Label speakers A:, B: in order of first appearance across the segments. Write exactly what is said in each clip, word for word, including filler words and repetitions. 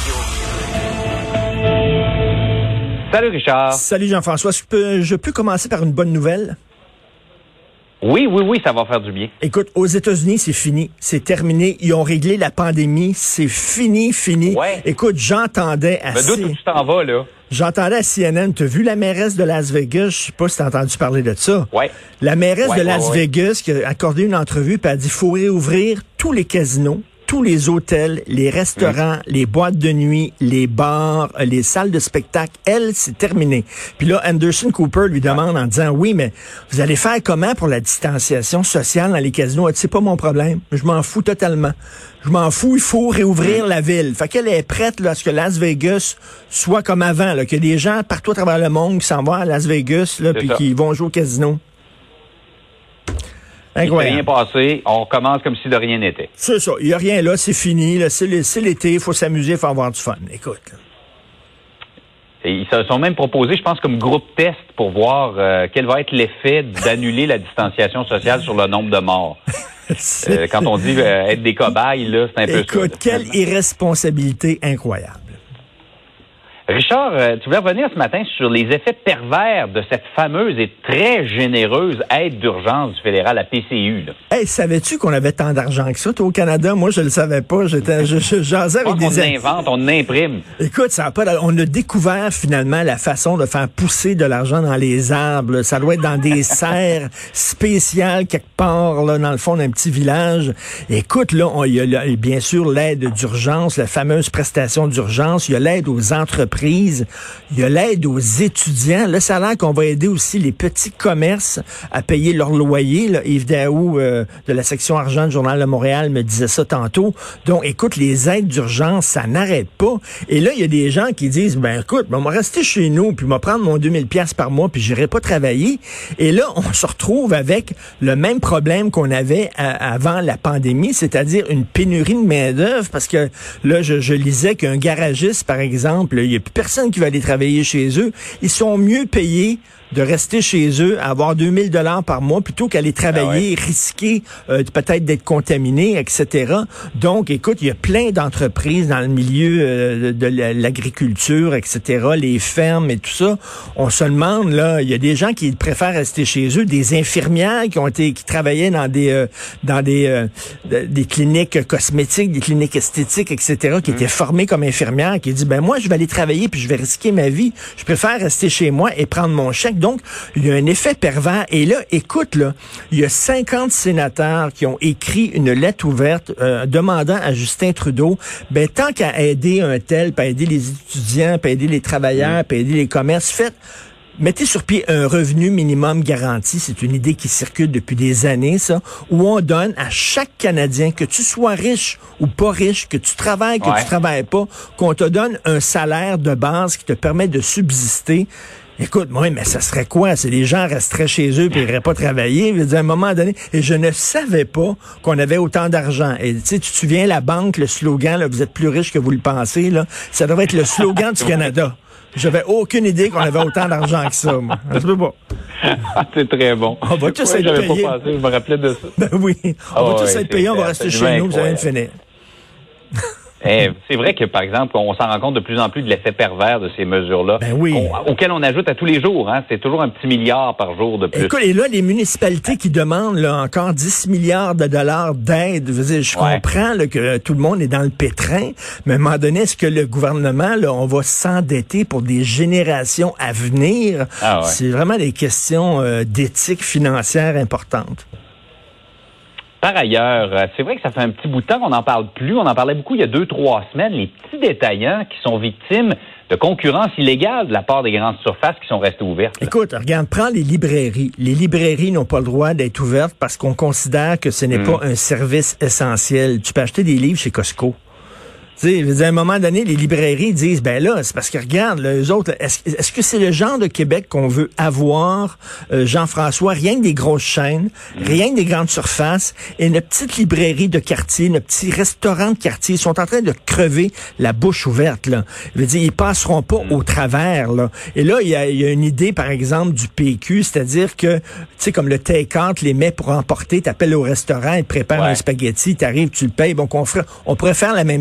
A: Salut Richard.
B: Salut Jean-François. Je peux, je peux commencer par une bonne nouvelle?
A: Oui, oui, oui, ça va faire du bien.
B: Écoute, aux États-Unis, c'est fini. C'est terminé. Ils ont réglé la pandémie. C'est fini, fini.
A: Ouais.
B: Écoute, j'entendais à...
A: Mais d'où tu t'en vas, là?
B: J'entendais à C N N, t'as vu la mairesse de Las Vegas? Je sais pas si t'as entendu parler de ça.
A: Ouais.
B: La mairesse
A: ouais,
B: de Las
A: ouais, ouais.
B: Vegas qui a accordé une entrevue puis a dit faut réouvrir tous les casinos, tous les hôtels, les restaurants, mmh. les boîtes de nuit, les bars, les salles de spectacle. Elle, c'est terminé. Puis là, Anderson Cooper lui demande en disant, oui, mais vous allez faire comment pour la distanciation sociale dans les casinos? Elle dit, c'est pas mon problème. Je m'en fous totalement. Je m'en fous, il faut réouvrir mmh. la ville. Fait qu'elle est prête là, à ce que Las Vegas soit comme avant, là, qu'il y a des gens partout à travers le monde qui s'en vont à Las Vegas là, puis qui vont jouer au casino.
A: Il s'est rien passé, on recommence comme si de rien n'était.
B: C'est ça, il n'y a rien là, c'est fini, là, c'est l'été, il faut s'amuser, il faut avoir du fun. Écoute.
A: Et ils se sont même proposés, je pense, comme groupe test pour voir euh, quel va être l'effet d'annuler la distanciation sociale sur le nombre de morts. euh, quand on dit euh, être des cobayes, là, c'est un peu ça.
B: Écoute, quelle irresponsabilité incroyable.
A: Richard, euh, tu voulais revenir ce matin sur les effets pervers de cette fameuse et très généreuse aide d'urgence du fédéral, la P C U. Là.
B: Hey, savais-tu qu'on avait tant d'argent que ça, toi, au Canada? Moi, je le savais pas. J'étais, je, je jasais avec
A: on
B: des...
A: On invente, on imprime.
B: Écoute, ça a pas, on a découvert finalement la façon de faire pousser de l'argent dans les arbres. Là. Ça doit être dans des serres spéciales quelque part, là, dans le fond d'un petit village. Écoute, là, il y a bien sûr l'aide d'urgence, la fameuse prestation d'urgence. Il y a l'aide aux entreprises. Il y a l'aide aux étudiants. Là, ça a l'air qu'on va aider aussi les petits commerces à payer leur loyer. Là, Yves Daou euh, de la section argent du Journal de Montréal me disait ça tantôt. Donc, écoute, les aides d'urgence, ça n'arrête pas. Et là, il y a des gens qui disent, ben écoute, ben, on va rester chez nous, puis on va prendre mon deux mille piastres par mois, puis j'irai pas travailler. Et là, on se retrouve avec le même problème qu'on avait à, avant la pandémie, c'est-à-dire une pénurie de main-d'œuvre, parce que là, je, je lisais qu'un garagiste, par exemple, il y a personne qui va aller travailler chez eux. Ils sont mieux payés de rester chez eux, à avoir deux mille dollars par mois, plutôt qu'aller travailler, ah ouais. risquer euh, peut-être d'être contaminé, et cetera. Donc, écoute, il y a plein d'entreprises dans le milieu euh, de l'agriculture, et cetera, les fermes et tout ça. On se demande, là, il y a des gens qui préfèrent rester chez eux, des infirmières qui ont été, qui travaillaient dans des euh, dans des euh, des cliniques cosmétiques, des cliniques esthétiques, et cetera, qui mmh. étaient formées comme infirmières, qui disent, ben moi, je vais aller travailler puis je vais risquer ma vie. Je préfère rester chez moi et prendre mon chèque. Donc, il y a un effet pervers. Et là, écoute, là, il y a cinquante sénateurs qui ont écrit une lettre ouverte euh, demandant à Justin Trudeau, ben tant qu'à aider un tel, puis aider les étudiants, puis aider les travailleurs, puis aider les commerces, faites mettez sur pied un revenu minimum garanti. C'est une idée qui circule depuis des années, ça, où on donne à chaque Canadien, que tu sois riche ou pas riche, que tu travailles, que ouais. tu travailles pas, qu'on te donne un salaire de base qui te permet de subsister. Écoute, moi, mais ça serait quoi? C'est les gens resteraient chez eux et n'iraient pas travailler. Je veux dire, à un moment donné, et je ne savais pas qu'on avait autant d'argent. Et tu sais, tu te souviens, la banque, le slogan, là, vous êtes plus riche que vous le pensez, là, ça devrait être le slogan du Canada. J'avais aucune idée qu'on avait autant d'argent que ça, moi. Je sais pas.
A: C'est très bon.
B: On va tous
A: ouais,
B: être payés.
A: Pas pensé, je me rappelais de ça.
B: Ben oui. On
A: oh,
B: va tous
A: ouais,
B: être payés, on va rester chez nous, vous allez le finir.
A: Eh, c'est vrai que, par exemple, on s'en rend compte de plus en plus de l'effet pervers de ces mesures-là,
B: ben oui.
A: on, auxquelles on ajoute à tous les jours. Hein, c'est toujours un petit milliard par jour de plus.
B: Écoute, et là, les municipalités qui demandent là, encore dix milliards de dollars d'aide, je, veux dire, je ouais. comprends là, que tout le monde est dans le pétrin, mais à un moment donné, est-ce que le gouvernement, là, on va s'endetter pour des générations à venir? Ah ouais. C'est vraiment des questions euh, d'éthique financière importantes.
A: Par ailleurs, c'est vrai que ça fait un petit bout de temps qu'on n'en parle plus. On en parlait beaucoup il y a deux, trois semaines. Les petits détaillants qui sont victimes de concurrence illégale de la part des grandes surfaces qui sont restées ouvertes. Là.
B: Écoute, regarde, prends les librairies. Les librairies n'ont pas le droit d'être ouvertes parce qu'on considère que ce n'est mmh. pas un service essentiel. Tu peux acheter des livres chez Costco. Tu sais, à un moment donné, les librairies disent, ben là, c'est parce que regarde, là, eux autres, est-ce, est-ce que c'est le genre de Québec qu'on veut avoir, euh, Jean-François, rien que des grosses chaînes, mmh. rien que des grandes surfaces, et une petite librairie de quartier, nos petits restaurants de quartier, ils sont en train de crever la bouche ouverte, là. Je veux dire, ils passeront pas mmh. au travers, là. Et là, il y a, y a une idée, par exemple, du P Q, c'est-à-dire que, tu sais, comme le take-out, les mets pour emporter, t'appelles au restaurant, ils te préparent ouais. un spaghetti, t'arrives, tu le payes, bon, on, ferait, on pourrait faire la même chose avec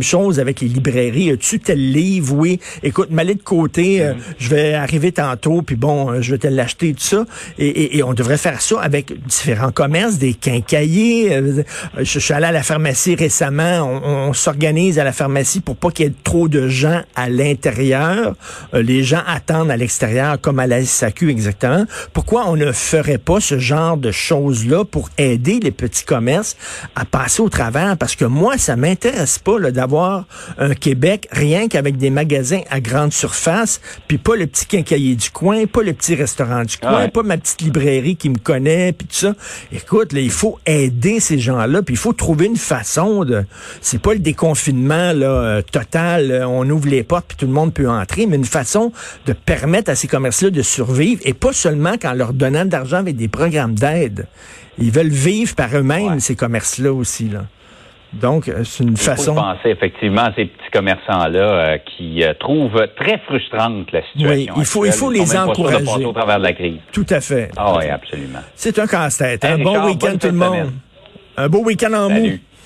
B: avec les librairies. As-tu tel livre? Oui. Écoute, m'aller de côté, euh, je vais arriver tantôt, puis bon, euh, je vais te l'acheter, tout ça. Et, et, et on devrait faire ça avec différents commerces, des quincailliers. Euh, je, je suis allé à la pharmacie récemment. On, on s'organise à la pharmacie pour pas qu'il y ait trop de gens à l'intérieur. Euh, les gens attendent à l'extérieur, comme à la S A Q exactement. Pourquoi on ne ferait pas ce genre de choses-là pour aider les petits commerces à passer au travers? Parce que moi, ça m'intéresse pas là, d'avoir un Québec rien qu'avec des magasins à grande surface, puis pas le petit quincaillier du coin, pas le petit restaurant du coin, ouais. pas ma petite librairie qui me connaît, puis tout ça. Écoute, là, il faut aider ces gens-là, puis il faut trouver une façon de... C'est pas le déconfinement là, total, on ouvre les portes, puis tout le monde peut entrer, mais une façon de permettre à ces commerces-là de survivre, et pas seulement qu'en leur donnant de l'argent avec des programmes d'aide. Ils veulent vivre par eux-mêmes, ouais. ces commerces-là aussi, là. Donc, c'est une
A: Il
B: façon...
A: Il faut penser effectivement à ces petits commerçants-là euh, qui euh, trouvent très frustrante la situation.
B: Oui, il faut, il faut les encourager.
A: De au travers de la crise.
B: Tout à fait.
A: Ah oui, absolument.
B: C'est un casse-tête.
A: Hey,
B: un
A: Richard,
B: bon week-end tout le monde. Un beau week-end en
A: Salut.
B: mou.